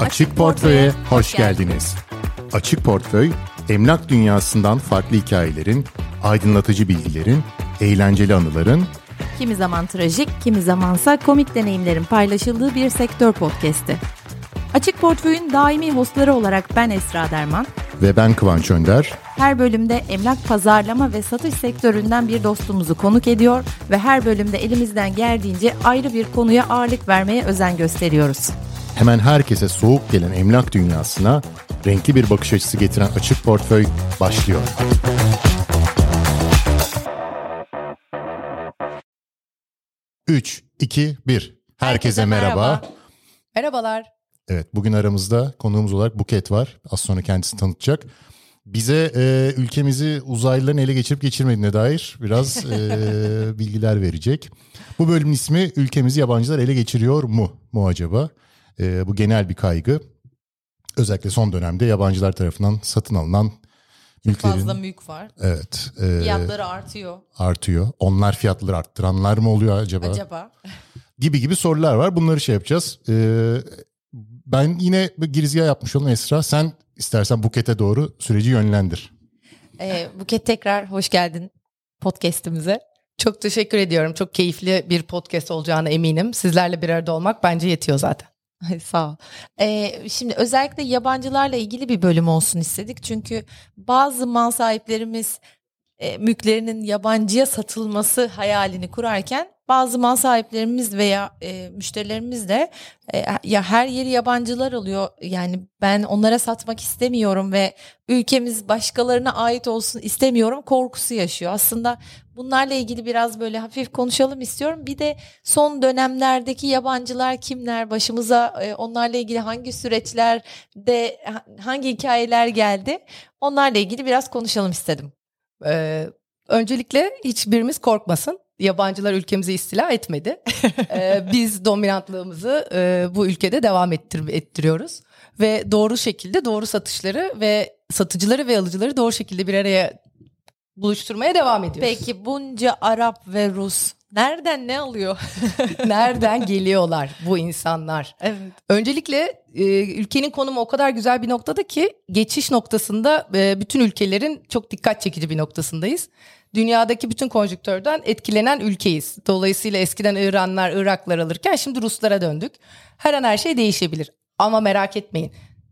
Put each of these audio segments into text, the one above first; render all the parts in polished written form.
Açık Portföy'e hoş geldiniz. Açık Portföy, emlak dünyasından farklı hikayelerin, aydınlatıcı bilgilerin, eğlenceli anıların, kimi zaman trajik, kimi zamansa komik deneyimlerin paylaşıldığı bir sektör podcast'i. Açık Portföy'ün daimi hostları olarak ben Esra Derman ve ben Kıvanç Önder. Her bölümde emlak pazarlama ve satış sektöründen bir dostumuzu konuk ediyor ve her bölümde elimizden geldiğince ayrı bir konuya ağırlık vermeye özen gösteriyoruz. Hemen herkese soğuk gelen emlak dünyasına renkli bir bakış açısı getiren Açık Portföy başlıyor. Üç, iki, bir. Herkese merhaba. Merhabalar. Evet, bugün aramızda konuğumuz olarak Buket var. Az sonra kendisini tanıtacak. Bize ülkemizi uzaylıların ele geçirip geçirmediğine dair biraz bilgiler verecek. Bu bölümün ismi ülkemizi yabancılar ele geçiriyor mu acaba? Bu genel bir kaygı. Özellikle son dönemde yabancılar tarafından satın alınan mülklerin... Fazla mülk var. Evet. Fiyatları artıyor. Artıyor. Onlar fiyatları arttıranlar mı oluyor acaba? Gibi sorular var. Bunları şey yapacağız. Ben yine bir girizgah yapmış olayım Esra. Sen istersen Buket'e doğru süreci yönlendir. Buket, tekrar hoş geldin podcast'imize. Çok teşekkür ediyorum. Çok keyifli bir podcast olacağına eminim. Sizlerle bir arada olmak bence yetiyor zaten. Sağ ol. Şimdi özellikle yabancılarla ilgili bir bölüm olsun istedik. Çünkü bazı mal sahiplerimiz mülklerinin yabancıya satılması hayalini kurarken bazı mal sahiplerimiz veya müşterilerimiz de ya her yeri yabancılar alıyor. Yani ben onlara satmak istemiyorum ve ülkemiz başkalarına ait olsun istemiyorum korkusu yaşıyor. Aslında bunlarla ilgili biraz böyle hafif konuşalım istiyorum. Bir de son dönemlerdeki yabancılar kimler, başımıza onlarla ilgili hangi süreçlerde hangi hikayeler geldi, onlarla ilgili biraz konuşalım istedim. Öncelikle hiçbirimiz korkmasın. Yabancılar ülkemizi istila etmedi. Biz dominantlığımızı bu ülkede devam ettiriyoruz. Ve doğru şekilde doğru satışları ve satıcıları ve alıcıları doğru şekilde bir araya buluşturmaya devam ediyoruz. Peki bunca Arap ve Rus nereden ne alıyor? Nereden geliyorlar bu insanlar? Evet. Öncelikle ülkenin konumu o kadar güzel bir noktada ki geçiş noktasında bütün ülkelerin çok dikkat çekici bir noktasındayız. Dünyadaki bütün konjonktörden etkilenen ülkeyiz. Dolayısıyla eskiden İranlar, Iraklar alırken şimdi Ruslara döndük. Her an her şey değişebilir. Ama merak etmeyin.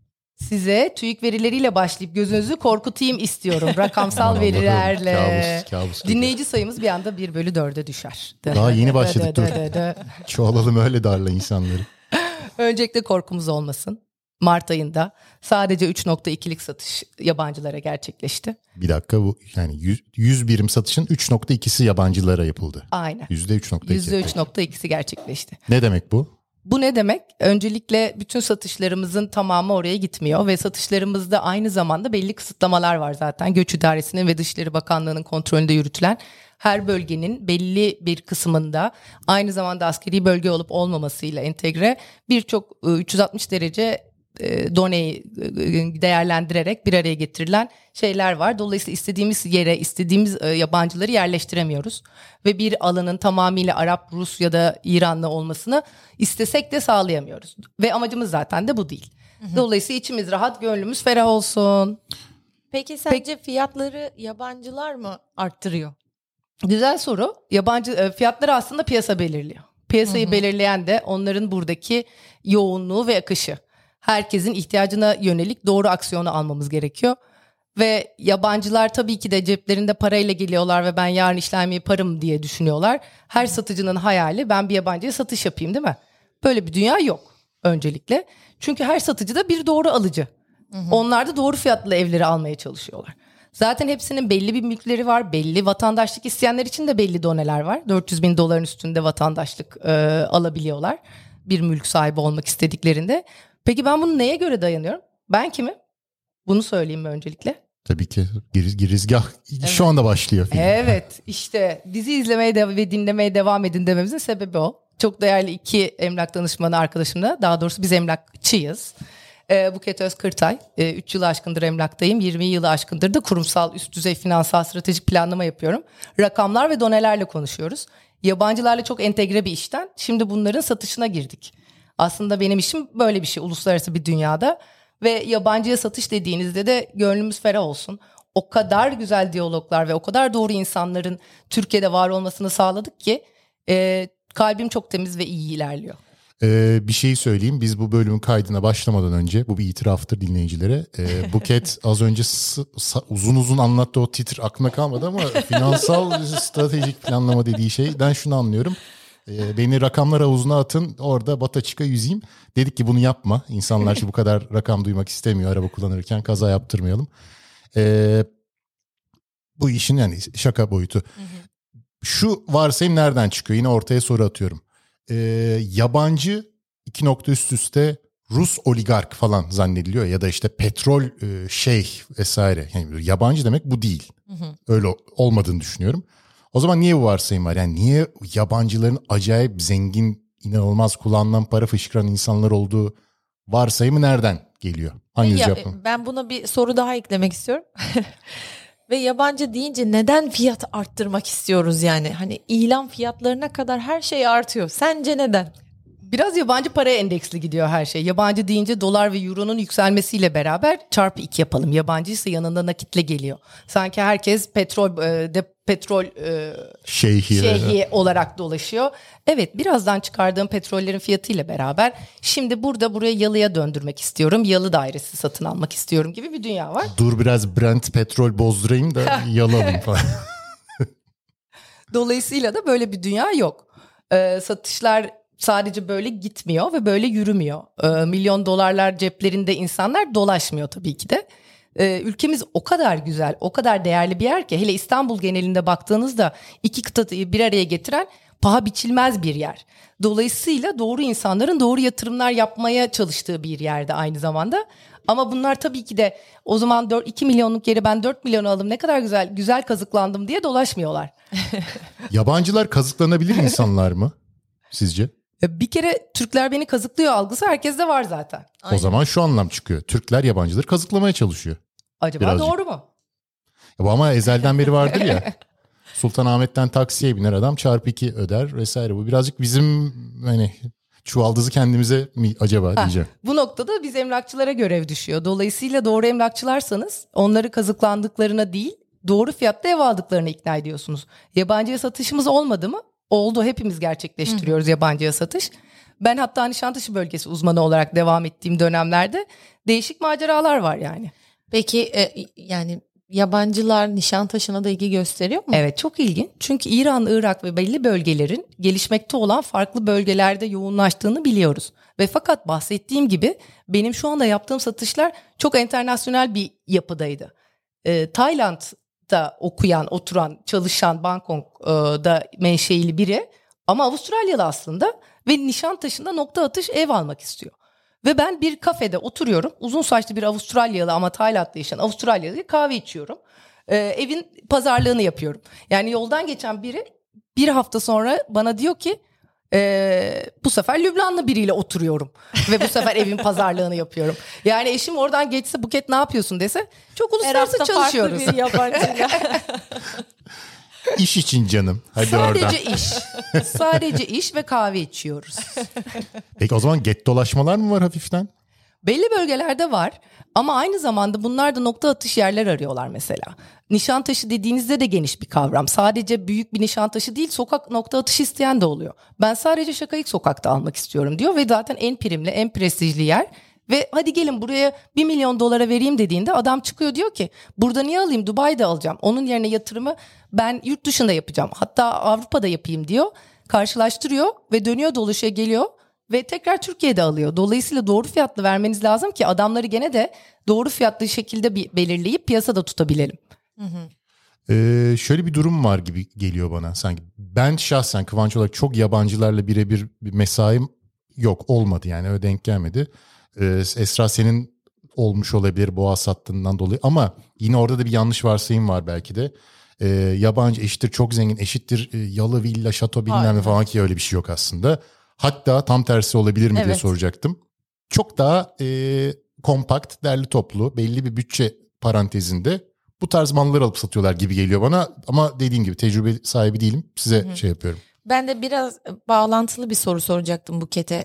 Size TÜİK verileriyle başlayıp gözünüzü korkutayım istiyorum. Rakamsal verilerle. Kabus Dinleyici sayımız bir anda 1/4'e düşer. Daha yeni başladık dur. Çoğalalım öyle darla insanları. Öncelikle korkumuz olmasın. Mart ayında sadece 3.2'lik satış yabancılara gerçekleşti. Bir dakika, bu yani 100 birim satışın 3.2'si yabancılara yapıldı. Aynen. %3.2. %3.2'si gerçekleşti. Ne demek bu? Bu ne demek? Öncelikle bütün satışlarımızın tamamı oraya gitmiyor ve satışlarımızda aynı zamanda belli kısıtlamalar var zaten. Göç İdaresi'nin ve Dışişleri Bakanlığı'nın kontrolünde yürütülen her bölgenin belli bir kısmında aynı zamanda askeri bölge olup olmamasıyla entegre birçok 360 derece doneyi değerlendirerek bir araya getirilen şeyler var. Dolayısıyla istediğimiz yere istediğimiz yabancıları yerleştiremiyoruz. Ve bir alanın tamamıyla Arap, Rus ya da İranlı olmasını istesek de sağlayamıyoruz. Ve amacımız zaten de bu değil. Dolayısıyla içimiz rahat, gönlümüz ferah olsun. Peki sence fiyatları yabancılar mı arttırıyor? Güzel soru. Yabancı fiyatları aslında piyasa belirliyor. Piyasayı belirleyen de onların buradaki yoğunluğu ve akışı. Herkesin ihtiyacına yönelik doğru aksiyonu almamız gerekiyor. Ve yabancılar tabii ki de ceplerinde parayla geliyorlar ve ben yarın işlem yaparım diye düşünüyorlar. Her satıcının hayali ben bir yabancıya satış yapayım, değil mi? Böyle bir dünya yok öncelikle. Çünkü her satıcı da bir doğru alıcı. Onlar da doğru fiyatlı evleri almaya çalışıyorlar. Zaten hepsinin belli bir mülkleri var. Belli vatandaşlık isteyenler için de belli doneler var. $400.000 üstünde vatandaşlık alabiliyorlar. Bir mülk sahibi olmak istediklerinde. Peki ben bunu neye göre dayanıyorum? Ben kimim? Bunu söyleyeyim mi öncelikle? Tabii ki girizgah şu anda başlıyor. Evet, işte bizi izlemeye ve dinlemeye devam edin dememizin sebebi o. Çok değerli iki emlak danışmanı arkadaşımla, daha doğrusu biz emlakçıyız. Buket Özkırtay, 3 yılı aşkındır emlaktayım, 20 yılı aşkındır da kurumsal üst düzey finansal stratejik planlama yapıyorum. Rakamlar ve donelerle konuşuyoruz. Yabancılarla çok entegre bir işten şimdi bunların satışına girdik. Aslında benim işim böyle bir şey uluslararası bir dünyada ve yabancıya satış dediğinizde de gönlümüz ferah olsun. O kadar güzel diyaloglar ve o kadar doğru insanların Türkiye'de var olmasını sağladık ki kalbim çok temiz ve iyi ilerliyor. Bir şey söyleyeyim. Biz bu bölümün kaydına başlamadan önce, bu bir itiraftır dinleyicilere. Buket az önce uzun uzun anlattı, o titir aklına kalmadı ama finansal stratejik planlama dediği şeyden şunu anlıyorum. Beni rakamlar havuzuna atın, orada bata çıka yüzeyim. Dedik ki bunu yapma. İnsanlar bu kadar rakam duymak istemiyor. Araba kullanırken kaza yaptırmayalım. Bu işin yani şaka boyutu. Şu varsayım nereden çıkıyor? Yine ortaya soru atıyorum. Yabancı 2 nokta üst üste Rus oligark falan zannediliyor ya da işte petrol şeyh vesaire. Yani yabancı demek bu değil. Öyle olmadığını düşünüyorum. O zaman niye bu varsayım var? Yani niye yabancıların acayip zengin, inanılmaz kullanılan para fışkıran insanlar olduğu varsayımı nereden geliyor? Hangi yapın? Ben buna bir soru daha eklemek istiyorum. Ve yabancı deyince neden fiyat arttırmak istiyoruz yani? Hani ilan fiyatlarına kadar her şey artıyor. Sence neden? Biraz yabancı paraya endeksli gidiyor her şey. Yabancı deyince dolar ve euronun yükselmesiyle beraber çarpı 2 yapalım. Yabancıysa yanında nakitle geliyor. Sanki herkes petrol şeyhi olarak dolaşıyor. Evet, birazdan çıkardığım petrollerin fiyatıyla beraber şimdi buraya yalıya döndürmek istiyorum. Yalı dairesi satın almak istiyorum gibi bir dünya var. Dur biraz Brent petrol bozdurayım da yalalım falan. Dolayısıyla da böyle bir dünya yok. Satışlar sadece böyle gitmiyor ve böyle yürümüyor. Milyon dolarlar ceplerinde insanlar dolaşmıyor tabii ki de. Ülkemiz o kadar güzel, o kadar değerli bir yer ki hele İstanbul genelinde baktığınızda 2 kıtayı bir araya getiren paha biçilmez bir yer. Dolayısıyla doğru insanların doğru yatırımlar yapmaya çalıştığı bir yerde aynı zamanda. Ama bunlar tabii ki de o zaman 2 milyonluk yeri ben 4 milyon aldım, ne kadar güzel kazıklandım diye dolaşmıyorlar. Yabancılar kazıklanabilir insanlar mı sizce? Bir kere Türkler beni kazıklıyor algısı herkeste var zaten. Aynen. O zaman şu anlam çıkıyor. Türkler yabancıları kazıklamaya çalışıyor. Acaba birazcık doğru mu? Bu ama ezelden beri vardır ya. Sultanahmet'ten taksiye biner adam, çarpı 2 öder vesaire. Bu birazcık bizim hani çuvaldızı kendimize mi acaba diyeceğim. Bu noktada biz emlakçılara görev düşüyor. Dolayısıyla doğru emlakçılarsanız onları kazıklandıklarına değil, doğru fiyatta ev aldıklarına ikna ediyorsunuz. Yabancıya satışımız olmadı mı? Oldu, hepimiz gerçekleştiriyoruz yabancıya satış. Ben hatta Nişantaşı bölgesi uzmanı olarak devam ettiğim dönemlerde değişik maceralar var yani. Peki yani yabancılar Nişantaşı'na da ilgi gösteriyor mu? Evet, çok ilginç. Çünkü İran, Irak ve belli bölgelerin gelişmekte olan farklı bölgelerde yoğunlaştığını biliyoruz. Ve fakat bahsettiğim gibi benim şu anda yaptığım satışlar çok internasyonel bir yapıdaydı. Tayland'da okuyan, oturan, çalışan, Bangkok'da menşeili biri ama Avustralyalı aslında ve Nişantaşı'nda nokta atış ev almak istiyor. Ve ben bir kafede oturuyorum. Uzun saçlı bir Avustralyalı ama Tayland'da yaşayan Avustralyalı kahve içiyorum. Evin pazarlığını yapıyorum. Yani yoldan geçen biri bir hafta sonra bana diyor ki bu sefer Lübnanlı biriyle oturuyorum. Ve bu sefer evin pazarlığını yapıyorum. Yani eşim oradan geçse Buket ne yapıyorsun dese çok uluslararası çalışıyoruz. Her hafta farklı bir yabancıyla. İş için canım. Hadi sadece oradan. iş. Sadece iş ve kahve içiyoruz. Peki o zaman get dolaşmalar mı var hafiften? Belli bölgelerde var ama aynı zamanda bunlar da nokta atış yerler arıyorlar mesela. Nişantaşı dediğinizde de geniş bir kavram. Sadece büyük bir Nişantaşı değil, sokak nokta atış isteyen de oluyor. Ben sadece Şakayık sokakta almak istiyorum diyor ve zaten en primli, en prestijli yer. Ve hadi gelin buraya 1 milyon dolara vereyim dediğinde adam çıkıyor diyor ki burada niye alayım, Dubai'de alacağım. Onun yerine yatırımı ben yurt dışında yapacağım, hatta Avrupa'da yapayım diyor. Karşılaştırıyor ve dönüyor dolaşıyor geliyor ve tekrar Türkiye'de alıyor. Dolayısıyla doğru fiyatlı vermeniz lazım ki adamları gene de doğru fiyatlı şekilde belirleyip piyasada tutabilelim. Şöyle bir durum var gibi geliyor bana sanki. Ben şahsen Kıvanç olarak çok yabancılarla birebir bir mesaim yok, olmadı yani, öyle denk gelmedi. Esra senin olmuş olabilir Boğaz hattından dolayı ama yine orada da bir yanlış varsayım var belki de. Yabancı eşittir çok zengin, eşittir yalı, villa, şato bilmem ne falan, ki öyle bir şey yok aslında. Hatta tam tersi olabilir mi diye soracaktım. Çok daha kompakt, derli toplu, belli bir bütçe parantezinde bu tarz malları alıp satıyorlar gibi geliyor bana. Ama dediğim gibi tecrübe sahibi değilim, size şey yapıyorum. Ben de biraz bağlantılı bir soru soracaktım Buket'e.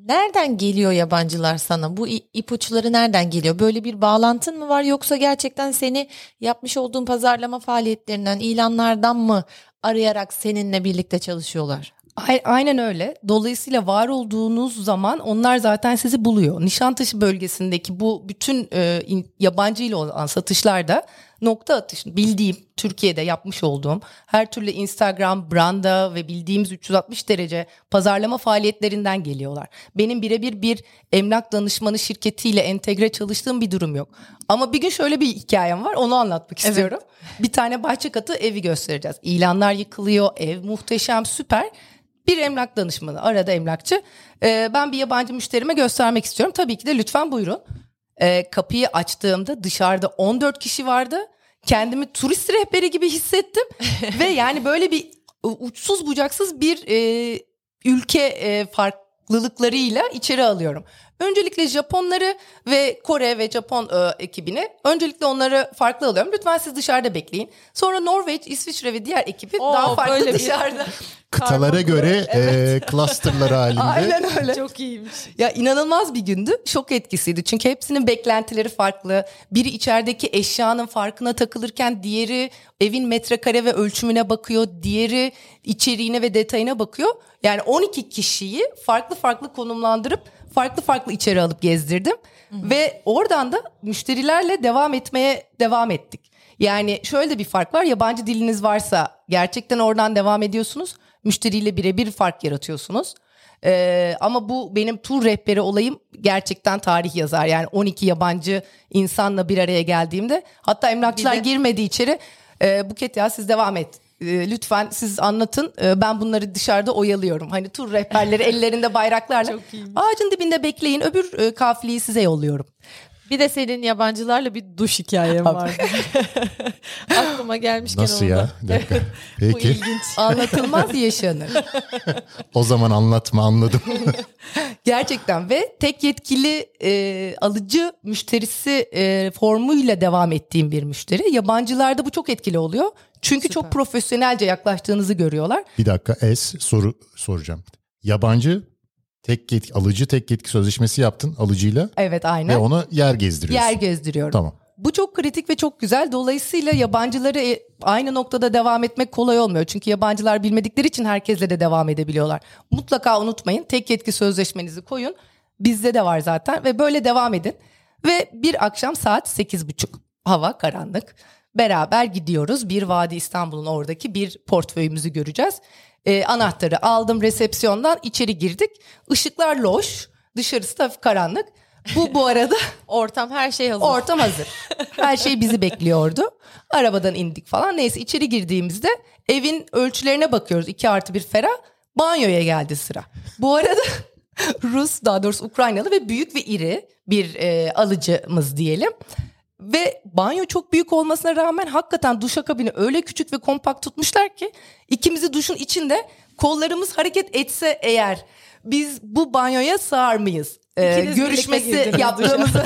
Nereden geliyor yabancılar sana? Bu ipuçları nereden geliyor? Böyle bir bağlantın mı var yoksa gerçekten seni yapmış olduğun pazarlama faaliyetlerinden, ilanlardan mı arayarak seninle birlikte çalışıyorlar? Aynen öyle. Dolayısıyla var olduğunuz zaman onlar zaten sizi buluyor. Nişantaşı bölgesindeki bu bütün yabancı ile olan satışlarda nokta atışı bildiğim, Türkiye'de yapmış olduğum her türlü Instagram, branda ve bildiğimiz 360 derece pazarlama faaliyetlerinden geliyorlar. Benim birebir bir emlak danışmanı şirketiyle entegre çalıştığım bir durum yok. Ama bir gün şöyle bir hikayem var, onu anlatmak istiyorum. Bir tane bahçe katı evi göstereceğiz. İlanlar yıkılıyor, ev muhteşem, süper. Bir emlak danışmanı, arada emlakçı. Ben bir yabancı müşterime göstermek istiyorum. Tabii ki de lütfen buyurun. Kapıyı açtığımda dışarıda 14 kişi vardı. Kendimi turist rehberi gibi hissettim. Ve yani böyle bir uçsuz bucaksız bir ülke farklılıklarıyla içeri alıyorum. Öncelikle Japonları ve Kore ve Japon ekibini, öncelikle onları farklı alıyorum. Lütfen siz dışarıda bekleyin. Sonra Norveç, İsviçre ve diğer ekibi daha farklı dışarıda. Kıtalara göre clusterlar halinde. Aynen öyle. Çok iyiymiş. Ya inanılmaz bir gündü. Şok etkisiydi. Çünkü hepsinin beklentileri farklı. Biri içerideki eşyanın farkına takılırken diğeri evin metrekare ve ölçümüne bakıyor. Diğeri içeriğine ve detayına bakıyor. Yani 12 kişiyi farklı farklı konumlandırıp farklı farklı içeri alıp gezdirdim. Hı-hı. Ve oradan da müşterilerle devam ettik. Yani şöyle bir fark var. Yabancı diliniz varsa gerçekten oradan devam ediyorsunuz. Müşteriyle birebir fark yaratıyorsunuz. Ama bu benim tur rehberi olayım gerçekten tarih yazar. Yani 12 yabancı insanla bir araya geldiğimde, hatta emlakçılar girmedi içeri. Buket ya siz devam et. Lütfen siz anlatın, ben bunları dışarıda oyalıyorum. Hani tur rehberleri ellerinde bayraklarla ağacın dibinde bekleyin, öbür kafileyi size yolluyorum. Bir de senin yabancılarla bir duş hikayen vardı. Aklıma gelmişken. Nasıl ya? Bir dakika. Peki. Bu ilginç. Anlatılmaz yaşanır. O zaman anlatma, anladım. Gerçekten ve tek yetkili alıcı müşterisi formuyla devam ettiğim bir müşteri. Yabancılarda bu çok etkili oluyor. Çünkü süper. Çok profesyonelce yaklaştığınızı görüyorlar. Bir dakika soru soracağım. Yabancı alıcı tek yetki sözleşmesi yaptın alıcıyla. Evet, aynen. Ve ona yer gezdiriyorsun. Yer gezdiriyorum. Tamam. Bu çok kritik ve çok güzel. Dolayısıyla yabancıları aynı noktada devam etmek kolay olmuyor. Çünkü yabancılar bilmedikleri için herkesle de devam edebiliyorlar. Mutlaka unutmayın, tek yetki sözleşmenizi koyun. Bizde de var zaten ve böyle devam edin. Ve bir akşam saat 8.30. Hava karanlık. Beraber gidiyoruz. Bir Vadi İstanbul'un oradaki bir portföyümüzü göreceğiz. Anahtarı aldım resepsiyondan, içeri girdik. Işıklar loş, dışarısı da karanlık. Bu arada ortam, her şey hazır. Ortam hazır. Her şey bizi bekliyordu. Arabadan indik falan. Neyse, içeri girdiğimizde evin ölçülerine bakıyoruz. 2+1 ferah. Banyoya geldi sıra. Bu arada Rus, daha doğrusu Ukraynalı ve büyük ve iri bir alıcımız diyelim. Ve banyo çok büyük olmasına rağmen hakikaten duşakabini öyle küçük ve kompakt tutmuşlar ki ikimizi duşun içinde, kollarımız hareket etse eğer biz bu banyoya sığar mıyız? Görüşmesi yaptığımızı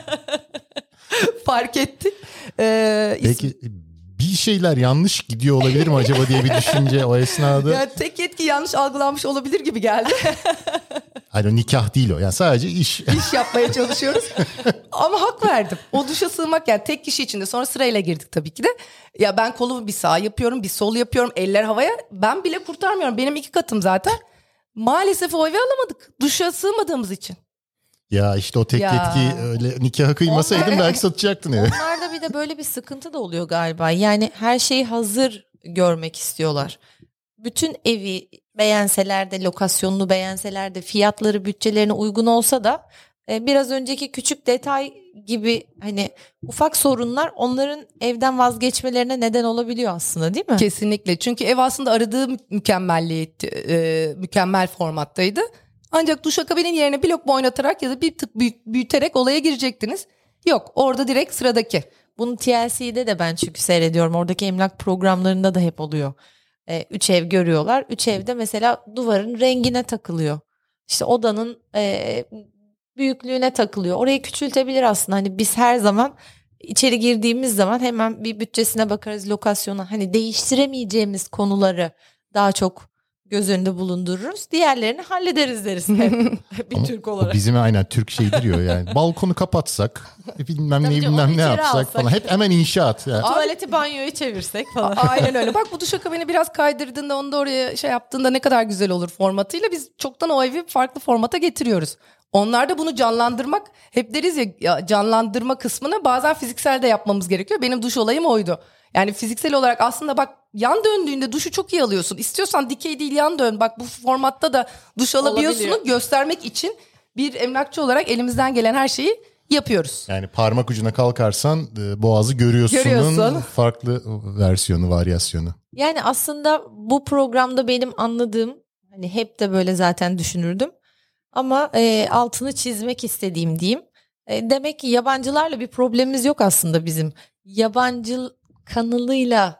fark ettik. Peki bir şeyler yanlış gidiyor olabilir mi acaba diye bir düşünce o esnada. Ya tek yetki yanlış algılanmış olabilir gibi geldi. Hayır, o nikah değil o. Yani sadece iş. İş yapmaya çalışıyoruz. Ama hak verdim. O duşa sığmak, yani tek kişi içinde. Sonra sırayla girdik tabii ki de. Ya ben kolumu bir sağ yapıyorum, bir sol yapıyorum. Eller havaya. Ben bile kurtarmıyorum. Benim 2 katım zaten. Maalesef o evi alamadık. Duşa sığmadığımız için. Ya işte o tek yetki, öyle nikahı kıymasaydın belki satacaktın evi. Onlarda bir de böyle bir sıkıntı da oluyor galiba. Yani her şeyi hazır görmek istiyorlar. Bütün evi beğenseler de, lokasyonunu beğenseler de, fiyatları bütçelerine uygun olsa da biraz önceki küçük detay gibi hani ufak sorunlar onların evden vazgeçmelerine neden olabiliyor aslında, değil mi? Kesinlikle. Çünkü ev aslında aradığı mükemmel formattaydı. Ancak duşakabinin yerine bir lokma oynatarak ya da bir tık büyüterek olaya girecektiniz. Yok, orada direkt sıradaki. Bunu TLC'de de ben çünkü seyrediyorum. Oradaki emlak programlarında da hep oluyor. 3 ev görüyorlar. 3 evde mesela duvarın rengine takılıyor. İşte odanın büyüklüğüne takılıyor. Orayı küçültebilir aslında. Hani biz her zaman içeri girdiğimiz zaman hemen bir bütçesine bakarız, lokasyona. Hani değiştiremeyeceğimiz konuları daha çok göz önünde bulundururuz. Diğerlerini hallederiz deriz hep. Bir Türk O olarak. bizim aynen Türk şeyidir ya yani. Balkonu kapatsak, bilmem ne Tabii canım, bilmem onu ne içeri yapsak alsak. falan. Hep hemen inşaat. Yani. Tuvaleti banyoyu çevirsek falan. Aynen öyle. Bak bu duşakabini biraz kaydırdığında onu da oraya şey yaptığında ne kadar güzel olur formatıyla. Biz çoktan o evi farklı formata getiriyoruz. Onlar da bunu canlandırmak, hep deriz ya canlandırma kısmını bazen fiziksel de yapmamız gerekiyor. Benim duş olayım oydu. Yani fiziksel olarak aslında bak yan döndüğünde duşu çok iyi alıyorsun. İstiyorsan dikey değil yan dön. Bak bu formatta da duş alabiliyorsunuz. Göstermek için bir emlakçı olarak elimizden gelen her şeyi yapıyoruz. Yani parmak ucuna kalkarsan boğazı görüyorsun. Farklı versiyonu, varyasyonu. Yani aslında bu programda benim anladığım, hani hep de böyle zaten düşünürdüm. Ama altını çizmek istediğim diyeyim. Demek ki yabancılarla bir problemimiz yok aslında bizim. Yabancı kanalıyla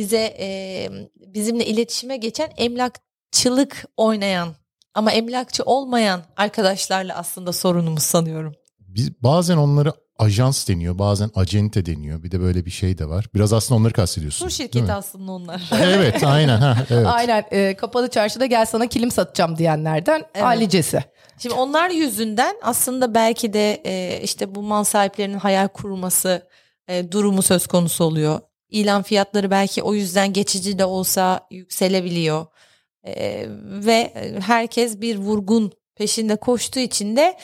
bizimle iletişime geçen emlakçılık oynayan ama emlakçı olmayan arkadaşlarla aslında sorunumuz sanıyorum. Bazen onları ajans deniyor, bazen acente deniyor. Bir de böyle bir şey de var. Biraz aslında onları kastediyorsun. Tur şirketi aslında onlar. Evet, aynen. Evet. Aynen kapalı çarşıda gel sana kilim satacağım diyenlerden halicesi. Şimdi onlar yüzünden aslında belki de işte bu mal sahiplerinin hayal kurması durumu söz konusu oluyor. İlan fiyatları belki o yüzden geçici de olsa yükselebiliyor. Ve herkes bir vurgun peşinde koştuğu için de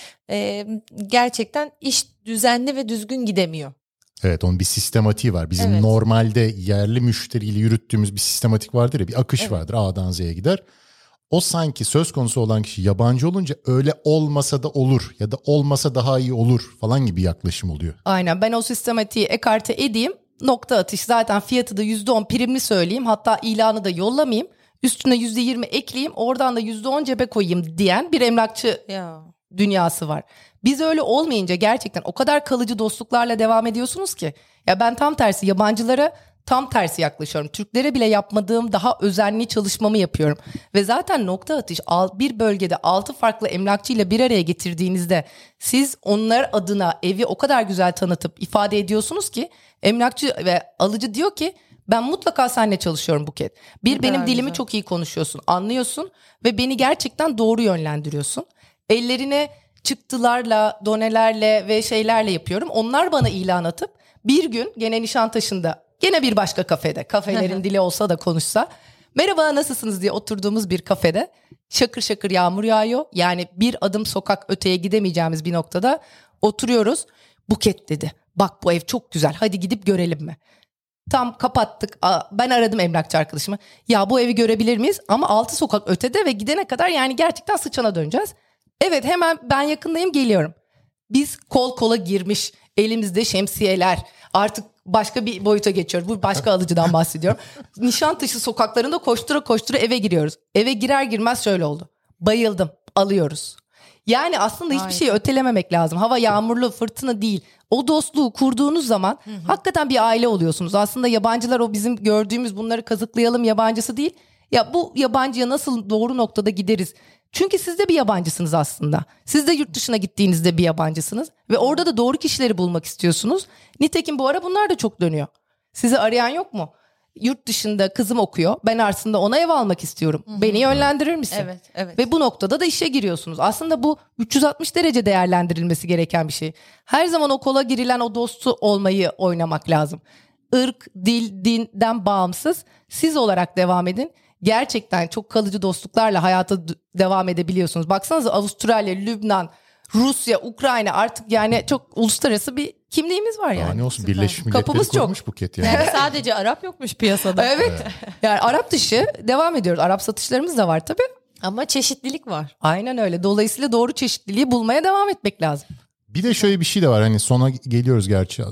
gerçekten iş düzenli ve düzgün gidemiyor. Evet, onun bir sistematiği var. Bizim normalde yerli müşteriyle yürüttüğümüz bir sistematik vardır ya, bir akış vardır, A'dan Z'ye gider. O sanki söz konusu olan kişi yabancı olunca öyle olmasa da olur ya da olmasa daha iyi olur falan gibi yaklaşım oluyor. Aynen, ben o sistematiği ekarte edeyim, nokta atış, zaten fiyatı da %10 primli söyleyeyim, hatta ilanı da yollamayayım, üstüne %20 ekleyeyim, oradan da %10 cebe koyayım diyen bir emlakçı dünyası var. Biz öyle olmayınca gerçekten o kadar kalıcı dostluklarla devam ediyorsunuz ki. Ya ben tam tersi yabancılara tam tersi yaklaşıyorum. Türklere bile yapmadığım daha özenli çalışmamı yapıyorum. Ve zaten nokta atış bir bölgede 6 farklı emlakçıyla bir araya getirdiğinizde siz onlar adına evi o kadar güzel tanıtıp ifade ediyorsunuz ki emlakçı ve alıcı diyor ki ben mutlaka seninle çalışıyorum Buket. Benim dilimi çok iyi konuşuyorsun, anlıyorsun ve beni gerçekten doğru yönlendiriyorsun. Ellerine çıktılarla, donelerle ve şeylerle yapıyorum. Onlar bana ilan atıp bir gün gene Nişantaşı'nda, gene bir başka kafede, kafelerin dili olsa da konuşsa, merhaba nasılsınız diye oturduğumuz bir kafede şakır şakır yağmur yağıyor. Yani bir adım sokak öteye gidemeyeceğimiz bir noktada oturuyoruz. Buket dedi, bak bu ev çok güzel, hadi gidip görelim mi? Tam kapattık. Ben aradım emlakçı arkadaşımı. Ya bu evi görebilir miyiz? Ama 6 sokak ötede ve gidene kadar yani gerçekten sıçana döneceğiz. Evet, hemen ben yakındayım, geliyorum. Biz kol kola girmiş, elimizde şemsiyeler, artık başka bir boyuta geçiyoruz. Bu başka alıcıdan bahsediyorum. Nişantaşı sokaklarında koştura koştura eve giriyoruz. Eve girer girmez şöyle oldu. Bayıldım, alıyoruz. Yani aslında hiçbir şeyi ötelememek lazım. Hava yağmurlu, fırtına değil. O dostluğu kurduğunuz zaman hakikaten bir aile oluyorsunuz. Aslında yabancılar o bizim gördüğümüz bunları kazıklayalım yabancısı değil. Ya bu yabancıya nasıl doğru noktada gideriz? Çünkü siz de bir yabancısınız aslında. Siz de yurt dışına gittiğinizde bir yabancısınız. Ve orada da doğru kişileri bulmak istiyorsunuz. Nitekim bu ara bunlar da çok dönüyor. Sizi arayan yok mu? Yurt dışında kızım okuyor. Ben aslında ona ev almak istiyorum. Beni yönlendirir misin? Evet. Ve bu noktada da işe giriyorsunuz. Aslında bu 360 derece değerlendirilmesi gereken bir şey. Her zaman o kola girilen o dostu olmayı oynamak lazım. Irk, dil, dinden bağımsız siz olarak devam edin. Gerçekten çok kalıcı dostluklarla hayata devam edebiliyorsunuz. Baksanıza Avustralya, Lübnan, Rusya, Ukrayna, artık yani çok uluslararası bir kimliğimiz var yani. Ne olsun, Birleşmiş Milletleri Kapımız kurmuş çok. Buket yani. Yani sadece Arap yokmuş piyasada. Evet. Yani Arap dışı devam ediyoruz. Arap satışlarımız da var tabii. Ama çeşitlilik var. Aynen öyle. Dolayısıyla doğru çeşitliliği bulmaya devam etmek lazım. Bir de şöyle bir şey de var, hani sona geliyoruz gerçi.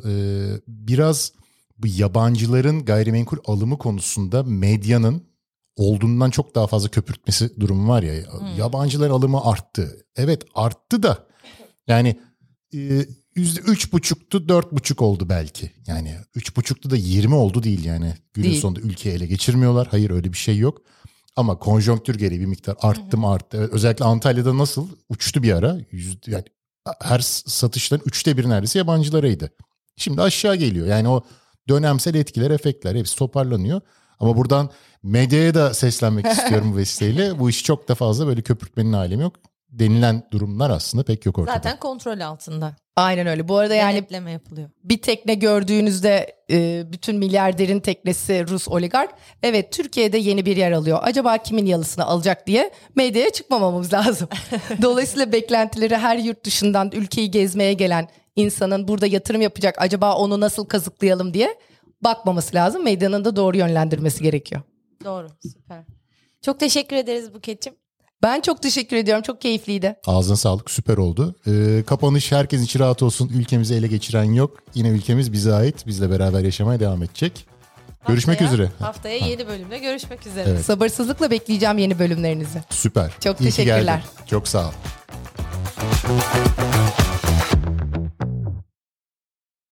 Biraz bu yabancıların gayrimenkul alımı konusunda medyanın olduğundan çok daha fazla köpürtmesi durumu var ya. Yabancıların alımı arttı. Evet, arttı da yani %3,5'tu 4,5 oldu belki. Yani 3,5'tu da 20 oldu değil yani. Günün sonunda ülkeyi ele geçirmiyorlar. Hayır, öyle bir şey yok. Ama konjonktür gereği bir miktar arttı. Evet, özellikle Antalya'da nasıl uçtu bir ara. Yani her satışların 1/3 neredeyse yabancılaraydı. Şimdi aşağı geliyor. Yani o dönemsel etkiler, efektler hepsi toparlanıyor. Ama buradan medyaya da seslenmek istiyorum bu vesileyle. Bu işi çok da fazla böyle köpürtmenin alemi yok. Denilen durumlar aslında pek yok ortada. Zaten kontrol altında. Aynen öyle. Bu arada yani Denetleme yapılıyor. bir tekne gördüğünüzde bütün milyarderin teknesi Rus oligark. Evet, Türkiye'de yeni bir yer alıyor. Acaba kimin yalısını alacak diye medyaya çıkmamamız lazım. Dolayısıyla beklentileri her yurt dışından ülkeyi gezmeye gelen insanın burada yatırım yapacak, acaba onu nasıl kazıklayalım diye bakmaması lazım. Medyanın da doğru yönlendirmesi gerekiyor. Doğru, süper. Çok teşekkür ederiz Buket'ciğim. Ben çok teşekkür ediyorum. Çok keyifliydi. Ağzına sağlık, süper oldu. Kapanış, herkesin içi rahat olsun. Ülkemizi ele geçiren yok. Yine ülkemiz bize ait. Bizle beraber yaşamaya devam edecek. Görüşmek üzere. Haftaya yeni bölümde görüşmek üzere. Evet. Sabırsızlıkla bekleyeceğim yeni bölümlerinizi. Süper. Çok İyi ki teşekkürler. geldin. Çok sağ ol.